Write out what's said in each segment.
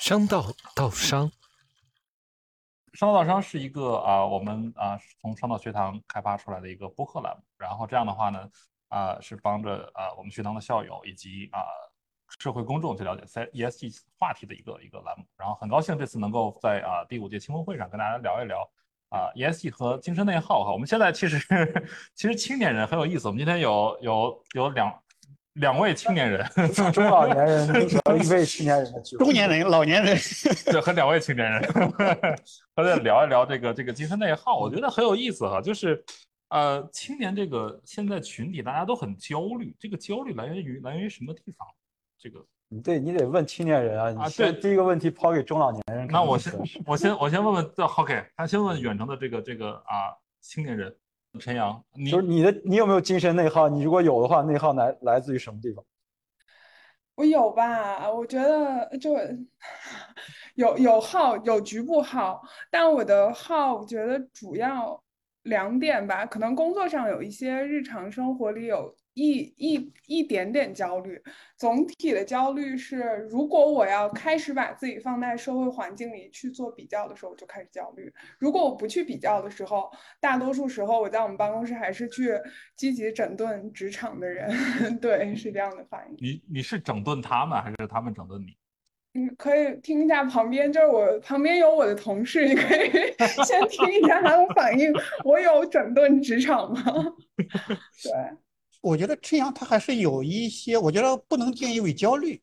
商道道商， 商道道商是一个我们从商道学堂开发出来的一个播客栏目。然后这样的话呢，是帮着我们学堂的校友以及社会公众去了解ESG 话题的一个栏目。然后很高兴这次能够在第5届青峰会上跟大家聊一聊ESG 和精神内耗哈。我们现在其实青年人很有意思，我们今天有两位青年人， 中老年人和一位青年人的聚会， 中年人、老年人， 对，和2位青年人，和再聊一聊这个精神内耗，我觉得很有意思哈。就是青年这个现在群体大家都很焦虑，这个焦虑来源于什么地方？这个你得问青年人啊。你对， 第一个问题抛给中老年人。 那我先问问，OK， 他先问远程的这个青年人。陈阳， 就是你有没有精神内耗？你如果有的话，内耗来自于什么地方？ 我有吧，我觉得就有耗，有局部耗，但我的耗，我觉得主要2点吧，可能工作上有一些，日常生活里有一点点焦虑。总体的焦虑是，如果我要开始把自己放在社会环境里去做比较的时候，我就开始焦虑；如果我不去比较的时候，大多数时候我在我们办公室还是去积极整顿职场的人。对，是这样的反应。 你是整顿他们，还是他们整顿你？ 可以听一下旁边，就是我旁边有我的同事，你可以先听一下他的反应。我有整顿职场吗？对， 我觉得陈阳他还是有一些，我觉得不能定义为焦虑。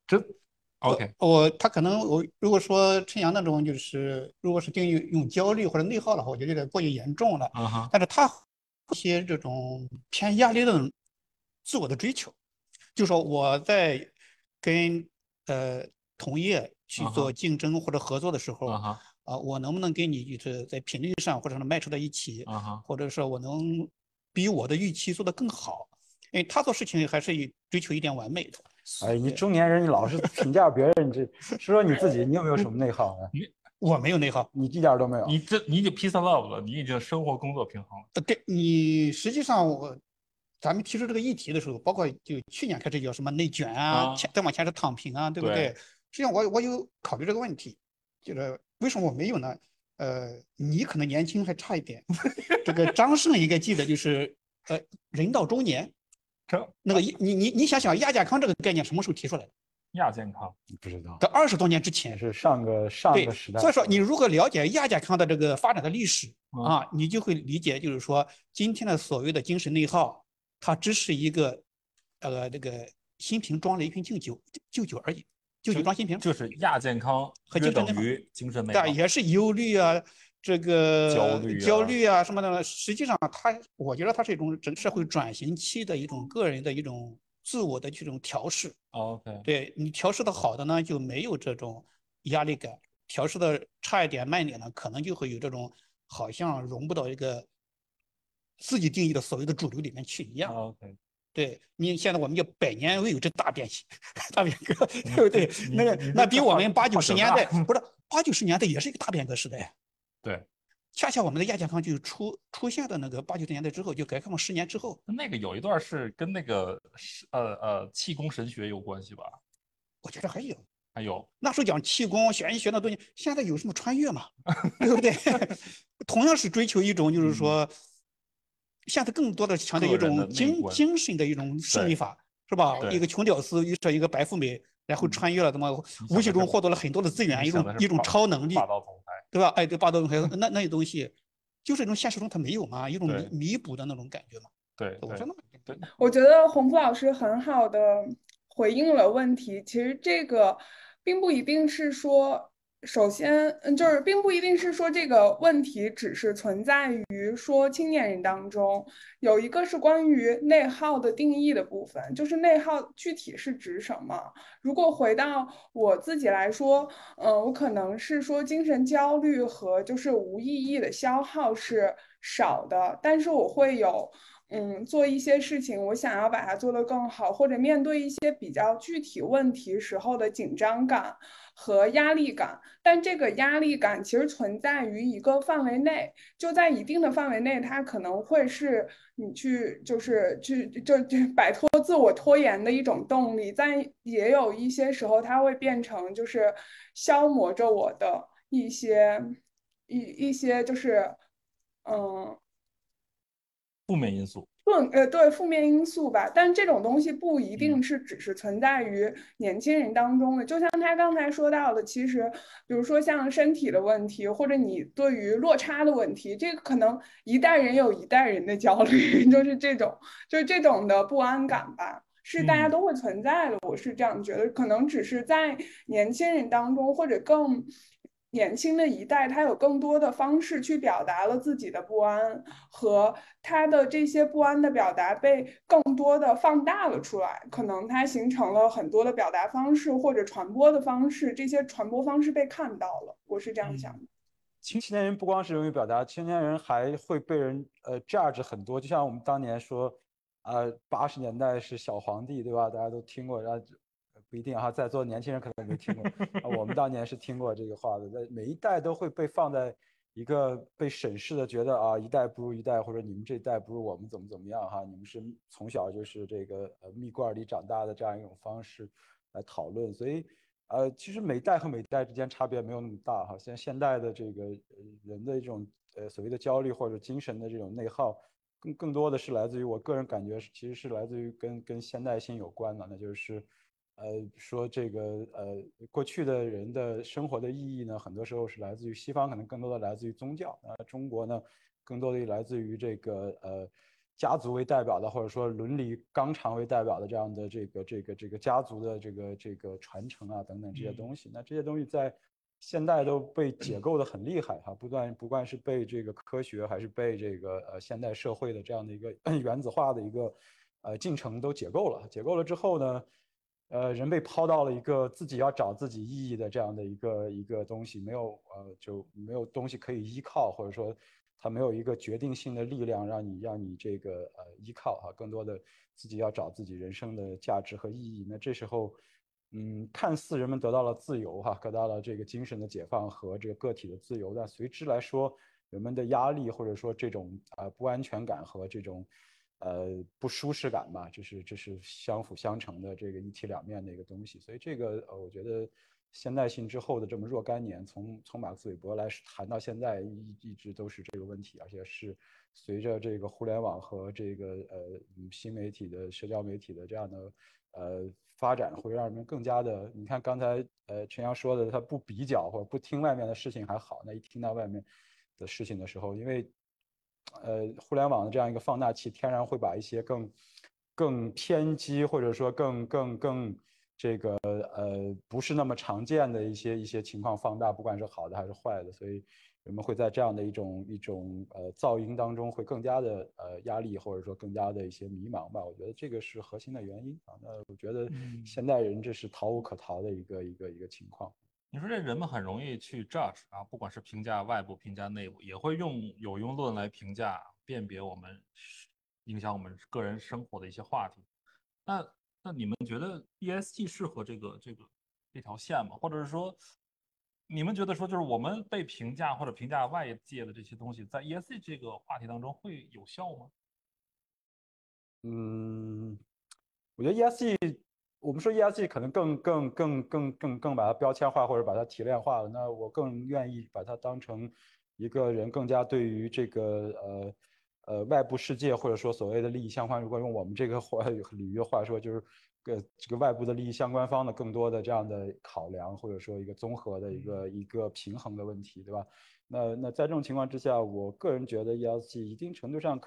OK， 他可能如果说陈阳那种如果是定义用焦虑或者内耗的话，我觉得有点过于严重了。但是他一些这种偏压力的自我的追求，就说我在跟同业去做竞争或者合作的时候，我能不能跟你就是在频率上或者是迈出到一起，或者说我能比我的预期做得更好。因为他做事情还是追求一点完美的。 哎，你中年人，你老是评价别人，说你自己，你有没有什么内耗呢？ 我没有内耗， 你一点都没有。 你已经 peace and love 了，你已经生活工作平衡了。 对，你实际上咱们提出这个议题的时候，包括就去年开始叫什么内卷啊，再往前是躺平啊，对不对？实际上我有考虑这个问题，就是为什么我没有呢？你可能年轻还差一点，这个张胜应该记得，就是人到中年，那个你想想亚健康这个概念什么时候提出来的？ 亚健康不知道， 在20多年之前， 是上个时代。 所以说，你如果了解亚健康的这个发展的历史你就会理解，就是说今天的所谓的精神内耗，它只是一个这个新瓶装了一瓶旧酒而已，旧酒装新瓶， 就是亚健康和等于精神内耗， 也是忧虑啊，这个焦虑啊什么的。实际上我觉得它是一种整社会转型期的一种个人的一种自我的这种调试。 OK， 对，你调试的好的呢，就没有这种压力感；调试的差一点、慢一点呢，可能就会有这种好像融不到一个自己定义的所谓的主流里面去一样。 OK， 对，你现在我们叫百年未有之大变形，大变革，对不对？那比我们80、90年代不是80、90年代也是一个大变革时代。 对。 恰恰我们的亚健康就出现的那个80、90年代之后，就改革开放10年之后， 那个有一段是跟那个气功神学有关系吧？ 我觉得还有那时候讲气功、玄学那东西，现在有什么穿越嘛？对不对？同样是追求一种，就是说，现在更多的强调一种精神的一种胜利法，是吧？一个穷屌丝遇上一个白富美，然后穿越了，怎么无形中获得了很多的资源，一种超能力，对吧？哎，对，霸道总裁那些东西，就是一种现实中它没有嘛，一种弥补的那种感觉嘛。 对， 我说那么对， 我觉得洪福老师很好的回应了问题。其实这个并不一定是说，首先就是并不一定是说这个问题只是存在于说青年人当中。有一个是关于内耗的定义的部分，就是内耗具体是指什么？如果回到我自己来说，我可能是说精神焦虑和就是无意义的消耗是少的，但是我会有做一些事情，我想要把它做得更好，或者面对一些比较具体问题时候的紧张感和压力感，但这个压力感其实存在于一个范围内，就在一定的范围内，它可能会是你去就是就摆脱自我拖延的一种动力，但也有一些时候它会变成就是消磨着我的一些就是嗯。 负面因素。 对负面因素吧，但这种东西不一定嗯是只是存在于年轻人当中的。就像他刚才说到的，其实比如说像身体的问题，或者你对于落差的问题，这个可能一代人有一代人的焦虑，就是这种的不安感吧，是大家嗯都会存在的。我是这样觉得，可能只是在年轻人当中，或者更年轻的一代，他有更多的方式去表达了自己的不安，和他的这些不安的表达被更多的放大了出来，可能它形成了很多的表达方式或者传播的方式，这些传播方式被看到了，我是这样想的。 青年人不光是容易表达，青年人还会被人judge 很多，就像我们当年说，80年代是小皇帝，对吧？大家都听过，然后不一定哈，在座的年轻人可能没听过，我们当年是听过这个话的。每一代都会被放在一个被审视的，觉得一代不如一代，或者你们这一代不如我们怎么样哈，你们是从小就是这个蜜罐里长大的这样一种方式来讨论，所以。其实每代和每代之间差别没有那么大哈。现代的这个人的一种所谓的焦虑或者精神的这种内耗，更多的是来自于我个人感觉其实是来自于跟现代性有关的，那就是说这个过去的人的生活的意义呢，很多时候是来自于西方，可能更多的来自于宗教。中国呢，更多的来自于这个家族为代表的，或者说伦理纲常为代表的这样的这个家族的这个传承啊等等这些东西。那这些东西在现代都被解构的很厉害哈，不管是被这个科学还是被这个现代社会的这样的一个原子化的一个进程都解构了。解构了之后呢，人被抛到了一个自己要找自己意义的这样的一个东西，就没有东西可以依靠，或者说它没有一个决定性的力量让你这个依靠哈，更多的自己要找自己人生的价值和意义。那这时候，看似人们得到了自由哈，得到了这个精神的解放和这个个体的自由，但随之来说，人们的压力或者说这种不安全感和这种不舒适感吧，这是相辅相成的这个一体两面的一个东西。所以这个我觉得现代性之后的这么若干年，从马克思韦伯来谈到现在，一直都是这个问题，而且是随着这个互联网和这个新媒体的社交媒体的这样的发展，会让人们更加的，你看刚才陈阳说的，他不比较或者不听外面的事情还好，那一听到外面的事情的时候，因为互联网的这样一个放大器，天然会把一些更偏激或者说更这个不是那么常见的一些情况放大，不管是好的还是坏的，所以人们会在这样的一种噪音当中会更加的压力或者说更加的一些迷茫吧。我觉得这个是核心的原因啊。那我觉得现代人这是逃无可逃的一个情况。 你说这人们很容易去 judge 啊，不管是评价外部、评价内部，也会用有用论来评价、辨别我们影响我们个人生活的一些话题。那你们觉得 ESG 适合这条线吗？或者是说，你们觉得说就是我们被评价或者评价外界的这些东西，在 ESG 这个话题当中会有效吗？ 我觉得 ESG，我们说 ESG 可能更把它标签化或者把它提炼化了。那我更愿意把它当成一个人更加对于这个外部世界或者说所谓的利益相关，如果用我们这个领域的话说，就是这个外部的利益相关方的更多的这样的考量，或者说一个综合的一个平衡的问题，对吧？那在这种情况之下，我个人觉得 ESG 一定程度上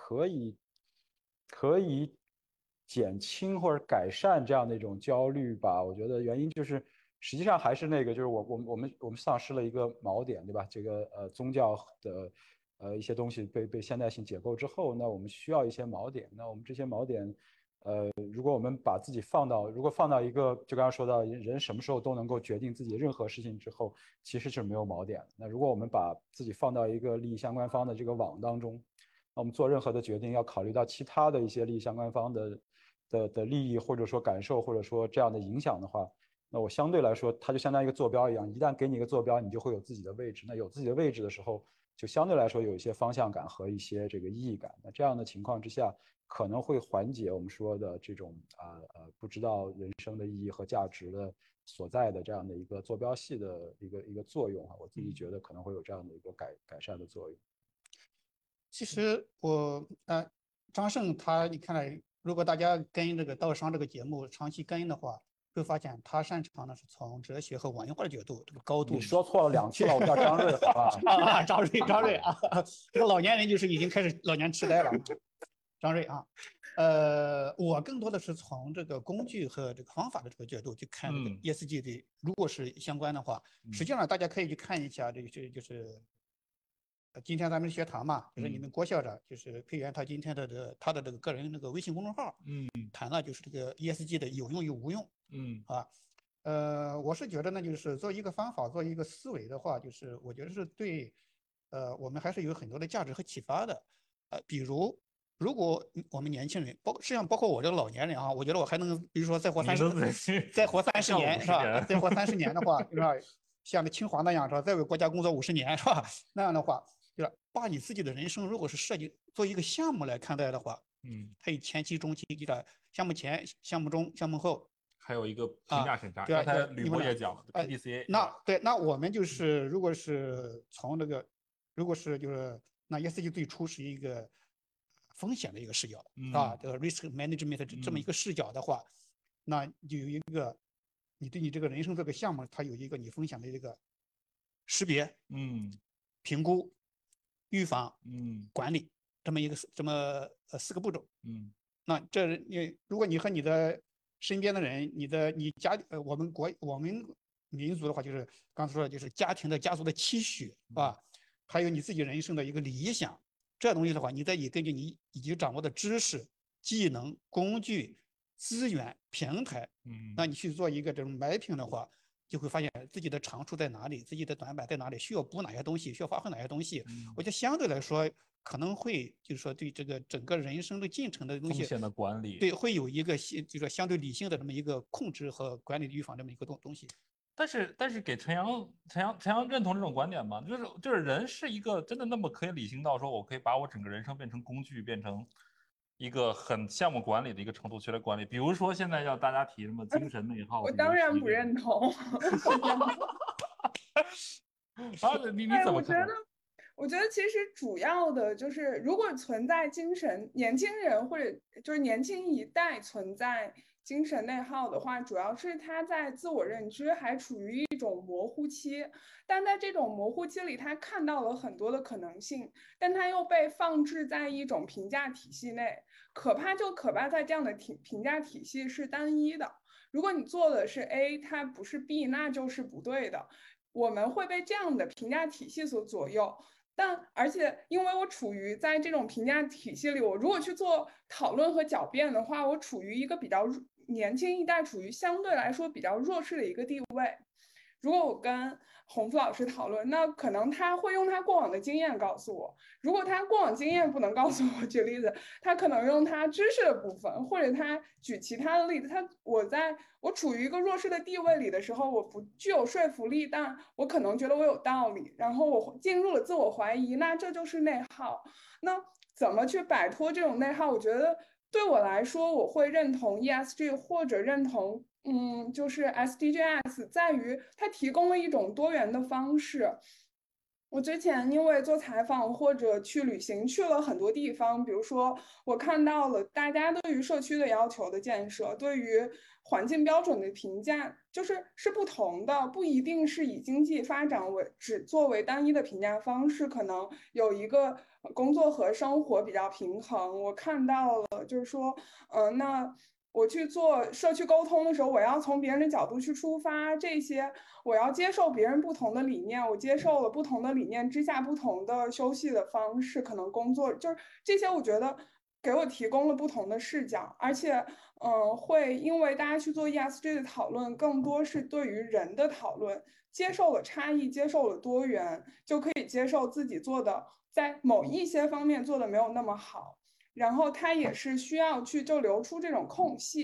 可以减轻或者改善这样的一种焦虑吧。我觉得原因就是实际上还是那个，就是我们丧失了一个锚点，对吧？这个宗教的一些东西被现代性解构之后，那我们需要一些锚点。那我们这些锚点，如果我们把自己放到一个，就刚刚说到人什么时候都能够决定自己任何事情之后，其实是没有锚点的。那如果我们把自己放到一个利益相关方的这个网当中，那我们做任何的决定要考虑到其他的一些利益相关方的利益或者说感受或者说这样的影响的话， 那我相对来说，它就相当于一个坐标一样，一旦给你一个坐标，你就会有自己的位置。那有自己的位置的时候，就相对来说有一些方向感和一些这个意义感。那这样的情况之下，可能会缓解我们说的这种不知道人生的意义和价值的所在的这样的一个坐标系的一个作用我自己觉得可能会有这样的一个改善的作用。 其实张胜他你看来，如果大家跟这个道商这个节目长期跟的话，会发现他擅长的是从哲学和文化的角度这个高度。 你说错了2次了，我叫张瑞，好吧？张瑞啊，这个老年人就是已经开始老年痴呆了。张瑞啊，我更多的是从这个工具和这个方法的这个角度去看这个 ESG 的，如果是相关的话，实际上大家可以去看一下这个就是今天咱们学堂嘛，就是你们郭校长就是佩元他今天的他的这个个人那个微信公众号，谈了就是这个 ESG 的有用与无用，我是觉得呢，就是做一个方法，做一个思维的话，就是我觉得是对，我们还是有很多的价值和启发的，比如果我们年轻人，实际上包括我这个老年人啊，我觉得我还能，比如说再活30年是吧？再活30年的话，是吧？像这清华那样是吧？再为国家工作50年是吧？那样的话，就是把你自己的人生如果是设计做一个项目来看待的话，它有前期、中期，就是项目前、项目中、项目后。 还有一个评价审查， 刚才吕博也讲了 PDCA。 那我们就是如果是从这个，如果是就是那 ESG 最初是一个风险的一个视角这个 risk management 这么一个视角的话，那就有一个你对你这个人生这个项目，它有一个你风险的一个识别、评估、预防、管理这么4个步骤。那如果你和你的身边的人，你我们民族的话，就是刚才说的，就是家庭的家族的期许还有你自己人生的一个理想，这东西的话，你再根据你已经掌握的知识、技能、工具、资源、平台，那你去做一个这种mapping的话，就会发现自己的长处在哪里，自己的短板在哪里，需要补哪些东西，需要发挥哪些东西。我觉得相对来说，可能会就是说对这个整个人生的进程的东西， 风险的管理， 对，会有一个就是说相对理性的这么一个控制和管理预防这么一个东西。 但是给陈阳认同这种观点吗？就是人是一个真的那么可以理性到说我可以把我整个人生变成工具，变成一个很项目管理的一个程度去来管理。比如说现在要大家提什么精神内耗， 我当然不认同。 你怎么看？ 我觉得其实主要的就是，如果存在年轻人或者就是年轻一代存在精神内耗的话，主要是他在自我认知还处于一种模糊期，但在这种模糊期里，他看到了很多的可能性，但他又被放置在一种评价体系内。可怕就可怕在这样的评价体系是单一的，如果你做的是 A， 它不是 B， 那就是不对的。我们会被这样的评价体系所左右。而且因为我处于在这种评价体系里，我如果去做讨论和狡辩的话，我处于一个比较年轻一代处于相对来说比较弱势的一个地位。如果我跟洪福老师讨论，那可能他会用他过往的经验告诉我。如果他过往经验不能告诉我，举例子，他可能用他知识的部分，或者他举其他的例子。我处于一个弱势的地位里的时候，我不具有说服力，但我可能觉得我有道理，然后我进入了自我怀疑，那这就是内耗。那怎么去摆脱这种内耗？我觉得对我来说，我会认同 ESG 或者认同就是 SDGs， 在于它提供了一种多元的方式。我之前因为做采访或者去旅行，去了很多地方，比如说我看到了大家对于社区的要求的建设，对于环境标准的评价，是不同的，不一定是以经济发展只作为单一的评价方式，可能有一个工作和生活比较平衡。我看到了，就是说，那我去做社区沟通的时候，我要从别人的角度去出发，这些我要接受别人不同的理念，我接受了不同的理念之下不同的休息的方式，可能工作就是这些，我觉得给我提供了不同的视角，而且会因为大家去做 ESG 的讨论，更多是对于人的讨论，接受了差异，接受了多元，就可以接受自己做的在某一些方面做的没有那么好。然后他也是需要去就留出这种空隙。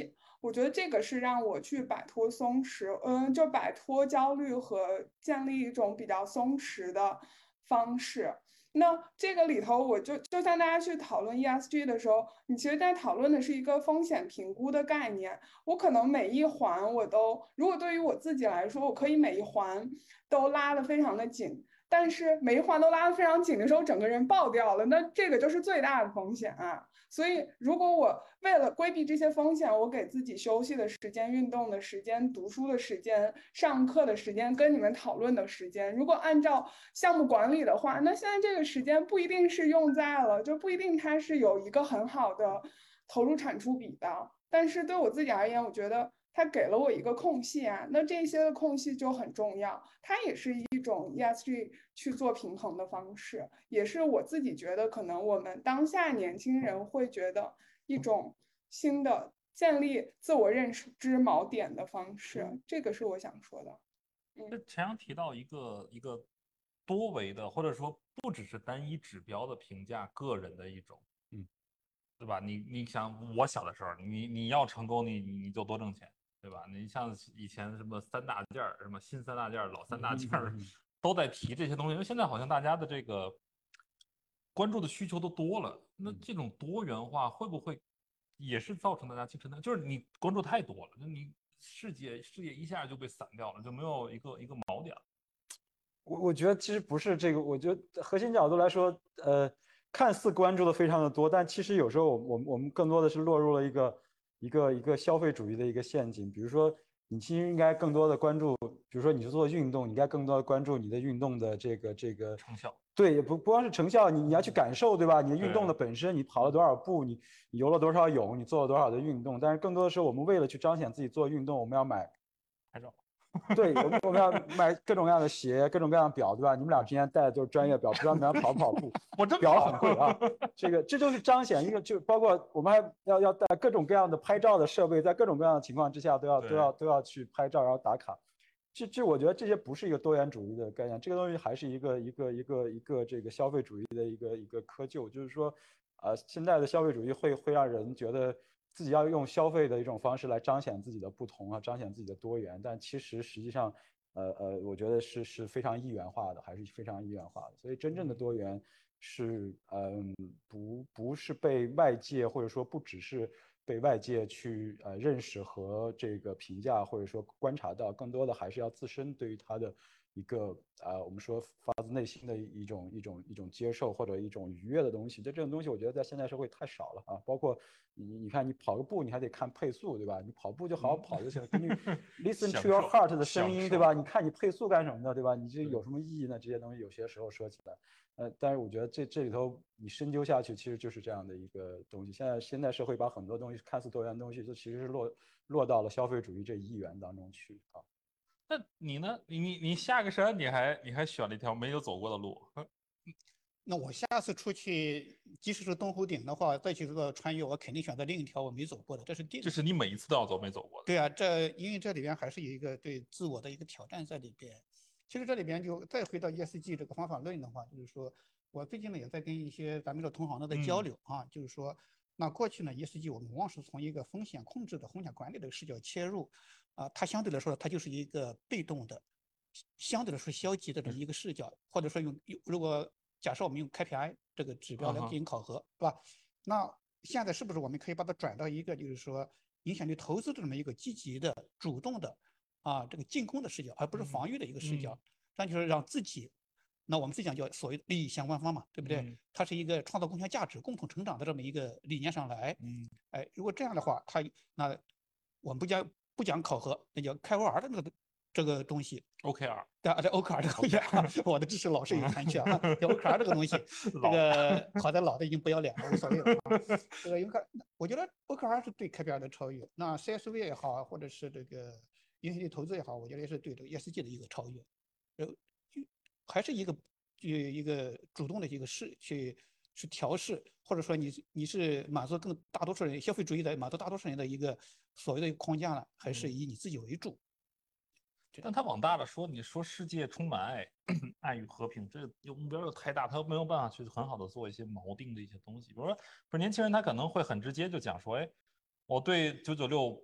我觉得这个是让我去摆脱松弛，就摆脱焦虑和建立一种比较松弛的方式。那这个里头，就像大家去讨论 ESG 的时候，你其实在讨论的是一个风险评估的概念。我可能每一环如果对于我自己来说，我可以每一环都拉得非常的紧，但是每一环都拉得非常紧的时候，整个人爆掉了，那这个就是最大的风险啊。所以，如果我为了规避这些风险，我给自己休息的时间、运动的时间、读书的时间、上课的时间、跟你们讨论的时间，如果按照项目管理的话，那现在这个时间不一定是用在了，就不一定它是有一个很好的投入产出比的。但是对我自己而言，我觉得它给了我一个空隙啊，那这些的空隙就很重要，它也是一种 ESG 去做平衡的方式，也是我自己觉得可能我们当下年轻人会觉得一种新的建立自我认知锚点的方式，这个是我想说的。 这陈阳提到一个多维的，或者说不只是单一指标的评价个人的一种，对吧？你想，我小的时候，你要成功，你就多挣钱，对吧？你像以前什么三大件儿，什么新三大件儿、老三大件儿，都在提这些东西。因为现在好像大家的这个关注的需求都多了，那这种多元化会不会也是造成大家竞争呢？就是你关注太多了，那你视野一下就被散掉了，就没有一个锚点了。 我觉得其实不是这个，我觉得核心角度来说，看似关注的非常的多，但其实有时候我们更多的是落入了一个消费主义的一个陷阱。比如说，你其实应该更多的关注，比如说你是做运动，你应该更多的关注你的运动的这个成效。 对，也不光是成效，你要去感受，对吧？你的运动的本身，你跑了多少步，你游了多少泳，你做了多少的运动。但是更多的是我们为了去彰显自己做运动，我们要买拍照。 对，我们要买各种各样的鞋，各种各样的表，对吧？你们俩之前戴的都是专业表，不知道你们俩跑步？ 我真表很贵啊。这就是彰显一个，就包括我们还要带各种各样的拍照的设备，在各种各样的情况之下都要去拍照，然后打卡。我觉得这些不是一个多元主义的概念，这个东西还是一个这个消费主义的一个窠臼，就是说，现在的消费主义会让人觉得自己要用消费的一种方式来彰显自己的不同啊，彰显自己的多元，但其实实际上，我觉得是非常一元化的，还是非常一元化的。所以真正的多元是，不是被外界或者说不只是被外界去认识和这个评价或者说观察到，更多的还是要自身对于它的一个我们说发自内心的一种接受或者一种愉悦的东西。这种东西我觉得在现代社会太少了啊，包括你看你跑个步你还得看配速，对吧？你跑步就好好跑就行了，根据 listen to your heart 的声音，对吧？你看你配速干什么的，对吧？你这有什么意义呢？这些东西有些时候说起来。但是我觉得这里头你深究下去，其实就是这样的一个东西。现在社会把很多东西看似多元的东西，就其实是落到了消费主义这一元当中去啊。 那你呢？你下个山你还选了一条没有走过的路。 那我下次出去，即使是东湖顶的话，再去这个穿越，我肯定选择另一条我没走过的，这是定的。 这是你每一次都要走没走过的。 对啊，因为这里边还是有一个对自我的一个挑战在里边。其实这里边就再回到 ESG 这个方法论的话，就是说我最近呢也在跟一些咱们的同行呢在交流啊，就是说，那过去呢 ESG 我们往往是从一个风险控制的风险管理的视角切入，它相对来说它就是一个被动的，相对来说消极的这么一个视角，或者说如果假设我们用 KPI 这个指标来进行考核，是吧？那现在是不是我们可以把它转到一个就是说影响力投资的这么一个积极的、主动的这个进攻的视角，而不是防御的一个视角？那就是让自己，那我们自己讲叫所谓利益相关方嘛，对不对？它是一个创造贡献价值、共同成长的这么一个理念上来。如果这样的话，那我们不讲考核，那叫 KOR 的这个东西 ，OKR， 对啊，这 OKR 这个东西我的知识老是有残缺啊。OKR 这个东西，这个好在老的已经不要脸了，无所谓了啊。这个我觉得 OKR 是对 KPI 的超越，那 CSV 也好，或者是这个影响力投资也好，我觉得也是对这个 ESG 的一个超越。还是一个主动的一个去调试，或者说你是满足大多数人消费主义的满足大多数人的一个所谓的框架呢，还是以你自己为主？ 但他往大了说，你说世界充满爱，爱与和平，这目标又太大，他没有办法去很好的做一些锚定的一些东西。比如说，年轻人他可能会很直接就讲说，哎，我对996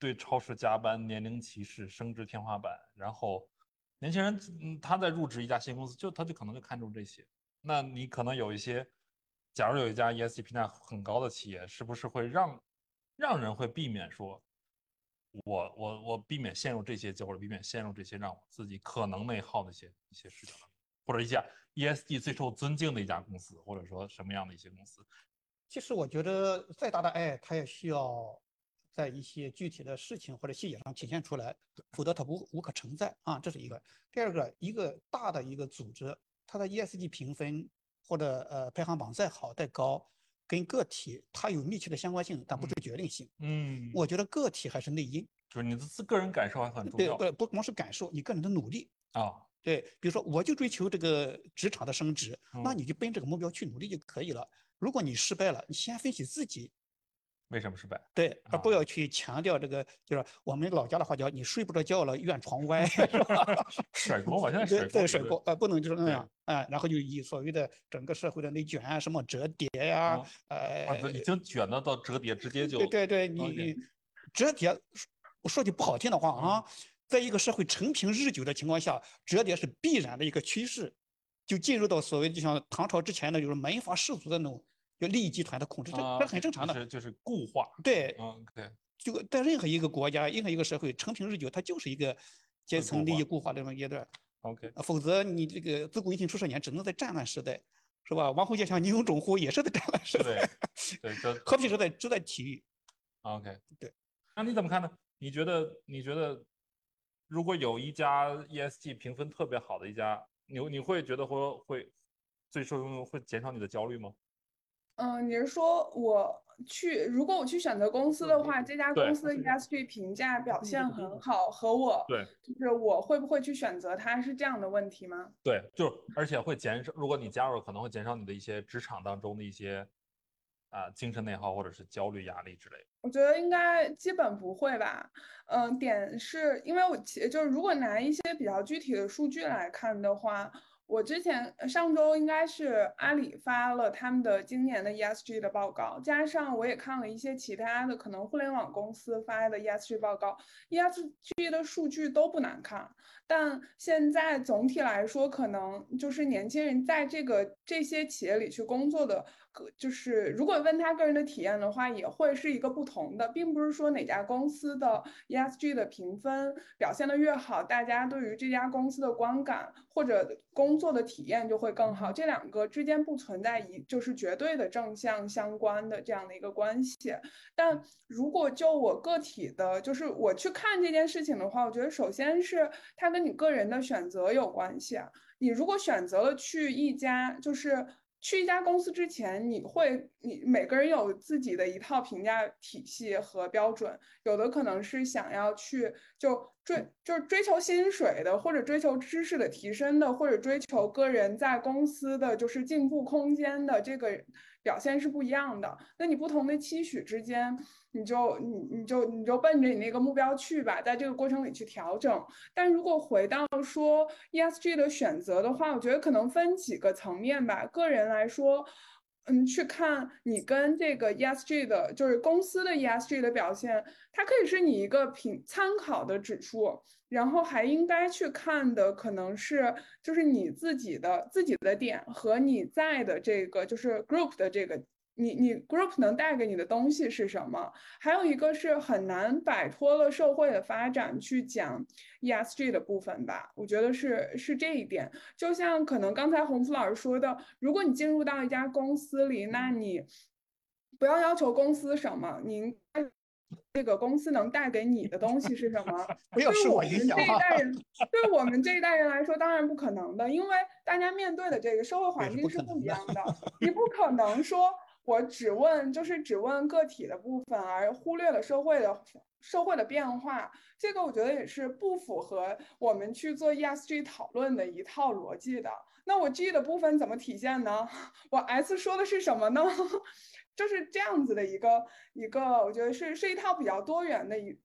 对超时加班、年龄歧视、升职天花板，然后年轻人他在入职一家新公司，他就可能就看重这些。那你可能有一些，假如有一家 ESG 评价很高的企业，是不是会让人会避免说，我避免陷入这些焦虑，避免陷入这些让我自己可能内耗的一些事情，或者一家 ESG 最受尊敬的一家公司，或者说什么样的一些公司？ 其实我觉得再大的爱，它也需要在一些具体的事情或者细节上体现出来，否则它无可承载啊，这是一个。第二个，一个大的一个组织，它的 ESG 评分或者排行榜再好再高，跟个体它有密切的相关性，但不是决定性。我觉得个体还是内因， 就是你的个人感受还很重要。 对，不光是感受，你个人的努力啊。 对，比如说我就追求这个职场的升职，那你就奔这个目标去努力就可以了。如果你失败了，你先分析自己为什么失败， 对，而不要去强调这个，就是我们老家的话叫你睡不着觉了怨床歪，是吧？ 甩锅吧，现在甩锅不能就是那样然后就以所谓的整个社会的内卷啊，什么折叠呀， 已经卷到折叠，直接就对，你折叠，我说句不好听的话啊，在一个社会承平日久的情况下，折叠是必然的一个趋势，就进入到所谓就像唐朝之前的，就是门阀士族的那种就利益集团的控制，这很正常的， 就是固化。 对， 对， 就在任何一个国家、任何一个社会，承平日久，它就是一个阶层利益固化的这么一段。 OK， 否则你这个自古以今出少年，只能在战乱时代，是吧？王侯将相宁有种乎，也是在战乱时代。 对， 和平时代只在体育。 OK， 对。 那你怎么看呢？你觉得，如果有一家 ESG 评分特别好的一家，你会觉得会最受用会减少你的焦虑吗？ 你是说如果我去选择公司的话，这家公司的 ESG 评价表现很好，和就是我会不会去选择它，是这样的问题吗？ 对，而且会减少，如果你加入，可能会减少你的一些职场当中的一些精神内耗或者是焦虑压力之类的。 我觉得应该基本不会吧。点是因为就是如果拿一些比较具体的数据来看的话。我之前上周应该是阿里发了他们的今年的 ESG 的报告，加上我也看了一些其他的可能互联网公司发的 ESG 报告，ESG 的数据都不难看，但现在总体来说，可能就是年轻人在这些企业里去工作的，就是如果问他个人的体验的话，也会是一个不同的，并不是说哪家公司的 ESG 的评分表现的越好，大家对于这家公司的观感或者工作的体验就会更好。这两个之间不存在就是绝对的正向相关的这样的一个关系。但如果就我个体的，就是我去看这件事情的话，我觉得首先是它跟你个人的选择有关系啊。你如果选择了去一家公司之前，你每个人有自己的一套评价体系和标准，有的可能是想要去就是追求薪水的，或者追求知识的提升的，或者追求个人在公司的就是进步空间的这个表现是不一样的。那你不同的期许之间，你就奔着你那个目标去吧，在这个过程里去调整。但如果回到说 ESG 的选择的话，我觉得可能分几个层面吧。个人来说，去看你跟这个 ESG 的，就是公司的 ESG 的表现，它可以是你一个参考的指数，然后还应该去看的可能是就是你自己的点和你在的这个就是 group 的这个。你 group 能带给你的东西是什么？还有一个是很难摆脱了社会的发展去讲 ESG 的部分吧，我觉得是这一点。就像可能刚才洪福老师说的，如果你进入到一家公司里，那你不要求公司什么，你应该这个公司能带给你的东西是什么？ 不要受我影响。 对我们这一代人来说，当然不可能的，因为大家面对的这个社会环境是不一样的，你不可能说。我只问个体的部分，而忽略了社会的变化。这个我觉得也是不符合我们去做 ESG 讨论的一套逻辑的。那我 G 的部分怎么体现呢？我 S 说的是什么呢？就是这样子的一个，我觉得是一套比较多元的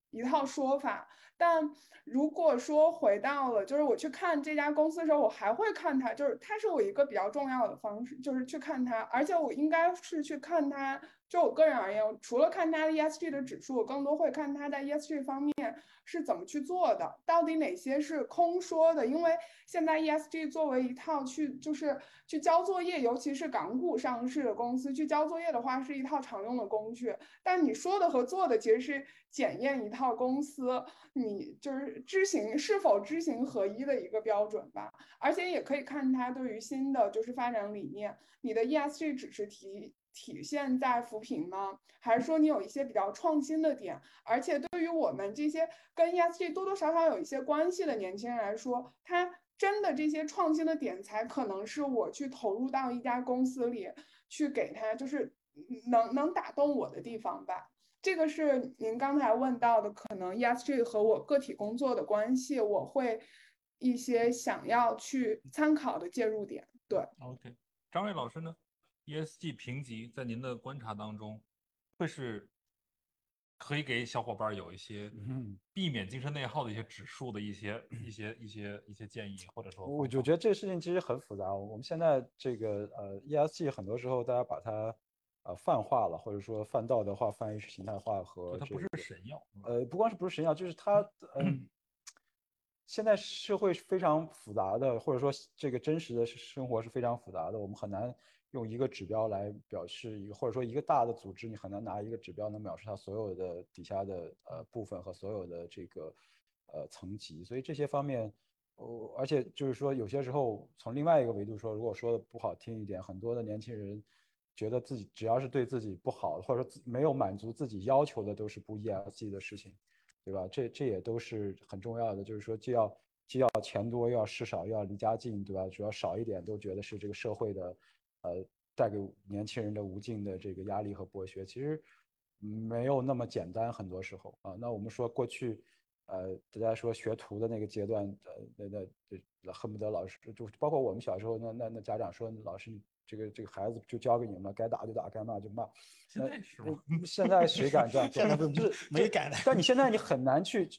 一套说法。但如果说回到了，就是我去看这家公司的时候，我还会看它，就是它是我一个比较重要的方式，就是去看它，而且我应该是去看它。就我个人而言，除了看它的 ESG 的指数，我更多会看它在 ESG 方面是怎么去做的，到底哪些是空说的。因为现在 ESG 作为一套就是去交作业，尤其是港股上市的公司去交作业的话，是一套常用的工具。但你说的和做的其实是检验一套公司你就是是否知行合一的一个标准吧。而且也可以看它对于新的就是发展理念，你的 ESG 只是体现在扶贫吗？还是说你有一些比较创新的点？而且对于我们这些跟 ESG 多多少少有一些关系的年轻人来说，他真的这些创新的点才可能是我去投入到一家公司里去给他就是能打动我的地方吧。这个是您刚才问到的，可能 ESG 和我个体工作的关系，我会一些想要去参考的介入点。对 ，OK，张瑞老师呢？ESG 评级在您的观察当中，会是可以给小伙伴有一些避免精神内耗的一些指数的一些建议，或者说我觉得这个事情其实很复杂。我们现在这个ESG 很多时候大家把它泛化了，或者说泛道德化、泛意识形态化和它不是神药。 不光是不是神药，就是它现在社会是非常复杂的，或者说这个真实的生活是非常复杂的，我们很难用一个指标来表示一个，或者说一个大的组织，你很难拿一个指标能表示它所有的底下的部分和所有的这个层级，所以这些方面，而且就是说有些时候从另外一个维度说，如果说的不好听一点，很多的年轻人觉得自己只要是对自己不好，或者说没有满足自己要求的，都是不 ESG 的事情。对吧？这也都是很重要的，就是说既要钱多，又要事少，又要离家近，对吧？主要少一点都觉得是这个社会的，带给年轻人的无尽的这个压力和剥削，其实没有那么简单，很多时候啊。那我们说过去，大家说学徒的那个阶段，那恨不得老师就包括我们小时候，那家长说老师这个孩子就交给你们了，该打就打，该骂就骂。 现在是吗？ 现在谁敢这样做？ 现在就是没敢的。 但你现在你很难去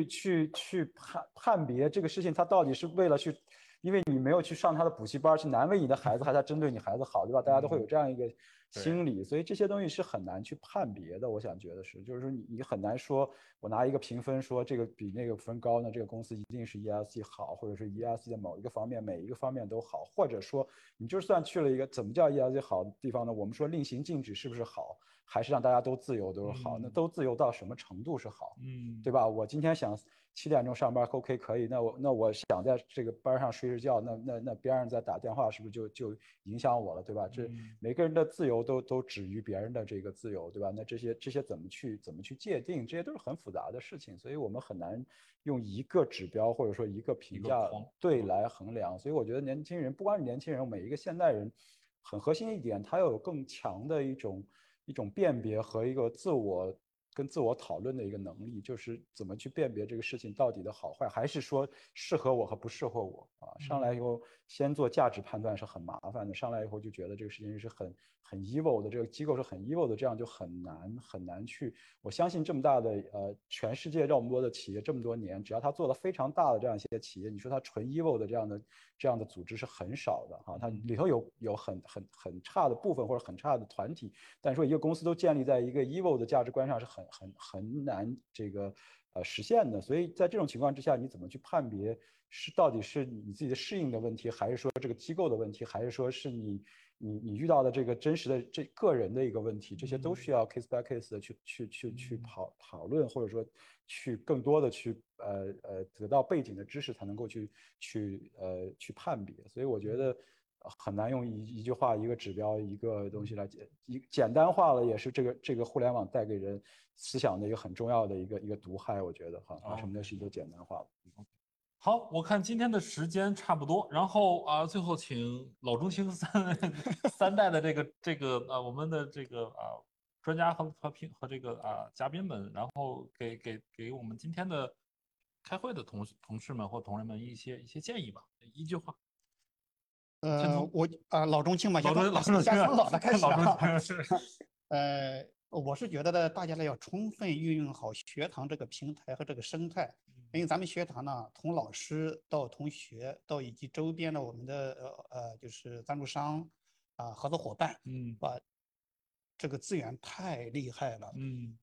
判别这个事情，他到底是为了去，因为你没有去上他的补习班，去难为你的孩子，还是针对你孩子好，对吧？大家都会有这样一个心理，所以这些东西是很难去判别的。我想觉得是，就是说你很难说，我拿一个评分说这个比那个分高呢，这个公司一定是 ESG 好，或者是 ESG 的某一个方面每一个方面都好，或者说你就算去了一个怎么叫 ESG 好的地方呢？我们说令行禁止是不是好，还是让大家都自由都是好？那都自由到什么程度是好？对吧？我今天想7点钟上班 ，OK 可以。那我想在这个班上睡着觉，那别人在打电话，是不是就影响我了，对吧？这每个人的自由都止于别人的这个自由，对吧？那这些怎么去界定？这些都是很复杂的事情，所以我们很难用一个指标或者说一个评价对来衡量。所以我觉得年轻人，不光是年轻人，每一个现代人，很核心一点，他要有更强的一种辨别和一个跟自我讨论的一个能力，就是怎么去辨别这个事情到底的好坏，还是说适合我和不适合我啊？上来以后先做价值判断是很麻烦的，上来以后就觉得这个事情是很 evil 的，这个机构是很 evil 的，这样就很难去。我相信这么大的全世界这么多的企业这么多年，只要他做了非常大的这样一些企业，你说他纯 evil 的这样的组织是很少的哈，它里头有很差的部分或者很差的团体，但是说一个公司都建立在一个 evil 的价值观上是很难这个实现的，所以在这种情况之下，你怎么去判别到底是你自己的适应的问题，还是说这个机构的问题，还是说是你遇到的这个真实的这个人的一个问题，这些都需要 case by case 的去讨论，或者说去更多的去得到背景的知识才能够去判别，所以我觉得很难用一句话、一个指标、一个东西来简单化了，也是这个互联网带给人思想的一个很重要的一个毒害，我觉得哈，把什么东西都简单化了。 好，我看今天的时间差不多，然后最后请老中青三代的我们的这个专家和这个嘉宾们，然后给我们今天的开会的同事们或同仁们一些建议吧，一句话。 我老中青嘛，先从老的开始。 我是觉得呢，大家呢要充分运用好学堂这个平台和这个生态，因为咱们学堂呢，从老师到同学，到以及周边的我们的就是赞助商合作伙伴，把这个资源太厉害了，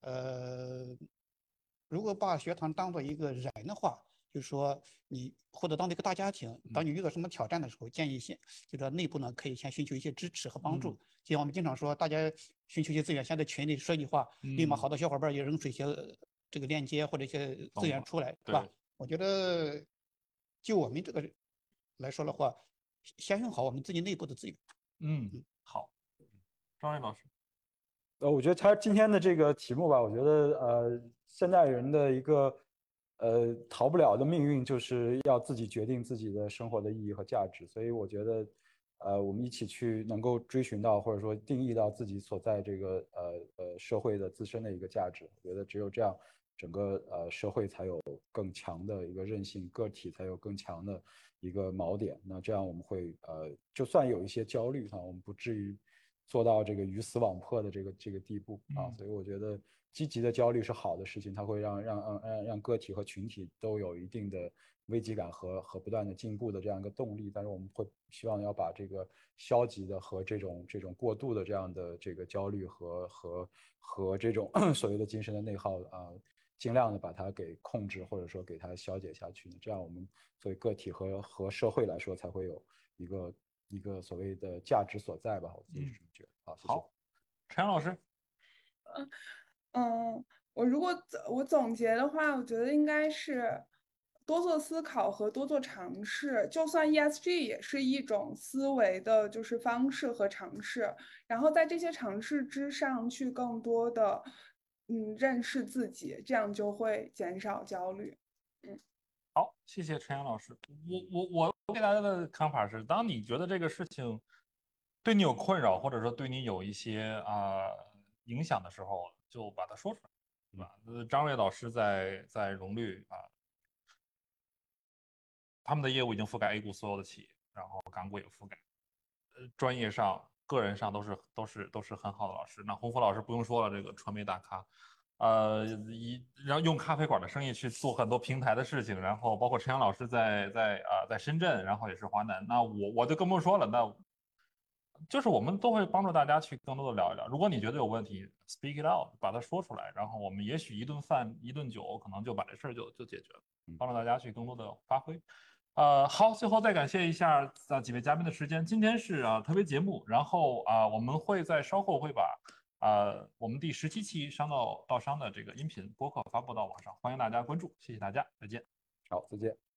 如果把学堂当做一个人的话，就是说你或者当一个大家庭，当你遇到什么挑战的时候，建议就说内部呢可以先寻求一些支持和帮助。就像我们经常说，大家寻求一些资源，现在群里说一句话，立马好多小伙伴也扔出一些这个链接或者一些资源出来，是吧？我觉得就我们这个来说的话，先用好我们自己内部的资源。 好，张瑞老师。 我觉得他今天的这个题目吧，我觉得现代人的一个逃不了的命运就是要自己决定自己的生活的意义和价值，所以我觉得我们一起去能够追寻到或者说定义到自己所在这个社会的自身的一个价值，我觉得只有这样，整个社会才有更强的一个韧性，个体才有更强的一个锚点。那这样我们会就算有一些焦虑我们不至于做到这个鱼死网破的这个地步所以我觉得积极的焦虑是好的事情，它会让个体和群体都有一定的危机感和不断的进步的这样一个动力。但是我们会希望要把这个消极的和这种过度的这样的这个焦虑和这种所谓的精神的内耗尽量的把它给控制，或者说给它消解下去。这样我们作为个体和社会来说，才会有一个所谓的价值所在吧，我自己是这么觉得。好，谢谢。 好，陈阳老师。 如果我总结的话，我觉得应该是多做思考和多做尝试。就算 ESG 也是一种思维的，就是方式和尝试。然后在这些尝试之上去更多的认识自己，这样就会减少焦虑。 好，谢谢陈阳老师。我给大家的看法是，当你觉得这个事情对你有困扰，或者说对你有一些影响的时候，就把它说出来，对吧？张瑞老师在融绿他们的业务已经覆盖 A 股所有的企业，然后港股也覆盖，专业上、个人上都是很好的老师。那洪福老师不用说了，这个传媒大咖。然后用咖啡馆的生意去做很多平台的事情，然后包括陈阳老师在深圳，然后也是华南，那我就更不用说了，那就是我们都会帮助大家去更多的聊一聊。如果你觉得有问题 ，speak it out， 把它说出来，然后我们也许一顿饭一顿酒，可能就把这事儿就解决了，帮助大家去更多的发挥。好，最后再感谢一下几位嘉宾的时间。今天是特别节目，然后我们会在稍后会把我们第17期商道到商的这个音频播客发布到网上，欢迎大家关注，谢谢大家，再见。 好，再见。